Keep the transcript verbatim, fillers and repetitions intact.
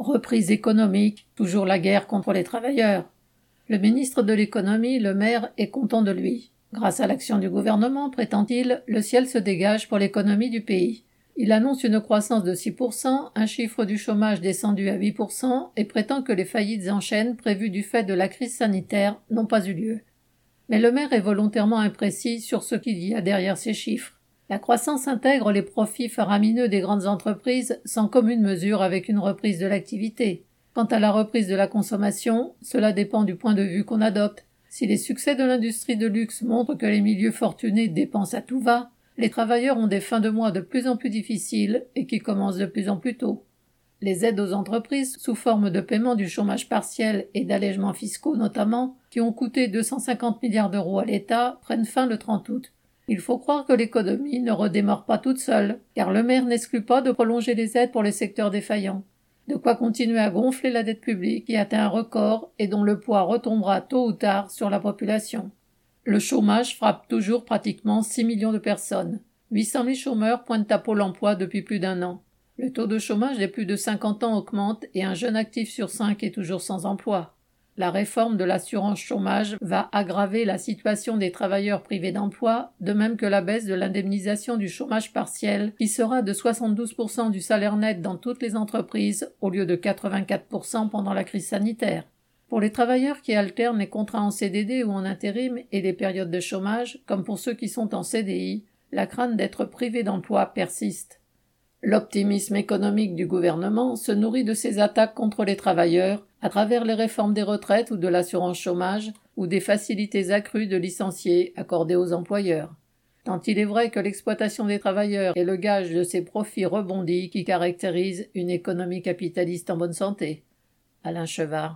reprise économique, toujours la guerre contre les travailleurs. Le ministre de l'économie, Le Maire, est content de lui. Grâce à l'action du gouvernement, prétend-il, le ciel se dégage pour l'économie du pays. Il annonce une croissance de six pour cent, un chiffre du chômage descendu à huit pour cent et prétend que les faillites en chaîne prévues du fait de la crise sanitaire n'ont pas eu lieu. Mais Le Maire est volontairement imprécis sur ce qu'il y a derrière ces chiffres. La croissance intègre les profits faramineux des grandes entreprises sans commune mesure avec une reprise de l'activité. Quant à la reprise de la consommation, cela dépend du point de vue qu'on adopte. Si les succès de l'industrie de luxe montrent que les milieux fortunés dépensent à tout va, les travailleurs ont des fins de mois de plus en plus difficiles et qui commencent de plus en plus tôt. Les aides aux entreprises, sous forme de paiement du chômage partiel et d'allègements fiscaux notamment, qui ont coûté deux cent cinquante milliards d'euros à l'État, prennent fin le trente août. Il faut croire que l'économie ne redémarre pas toute seule, car Le Maire n'exclut pas de prolonger les aides pour les secteurs défaillants. De quoi continuer à gonfler la dette publique qui atteint un record et dont le poids retombera tôt ou tard sur la population. Le chômage frappe toujours pratiquement six millions de personnes. huit cent mille chômeurs pointent à Pôle emploi depuis plus d'un an. Le taux de chômage des plus de cinquante ans augmente et un jeune actif sur cinq est toujours sans emploi. La réforme de l'assurance chômage va aggraver la situation des travailleurs privés d'emploi, de même que la baisse de l'indemnisation du chômage partiel, qui sera de soixante-douze pour cent du salaire net dans toutes les entreprises, au lieu de quatre-vingt-quatre pour cent pendant la crise sanitaire. Pour les travailleurs qui alternent les contrats en C D D ou en intérim et les périodes de chômage, comme pour ceux qui sont en C D I, la crainte d'être privés d'emploi persiste. L'optimisme économique du gouvernement se nourrit de ces attaques contre les travailleurs à travers les réformes des retraites ou de l'assurance chômage ou des facilités accrues de licenciés accordées aux employeurs. Tant il est vrai que l'exploitation des travailleurs est le gage de ces profits rebondis qui caractérisent une économie capitaliste en bonne santé. Alain Chevard.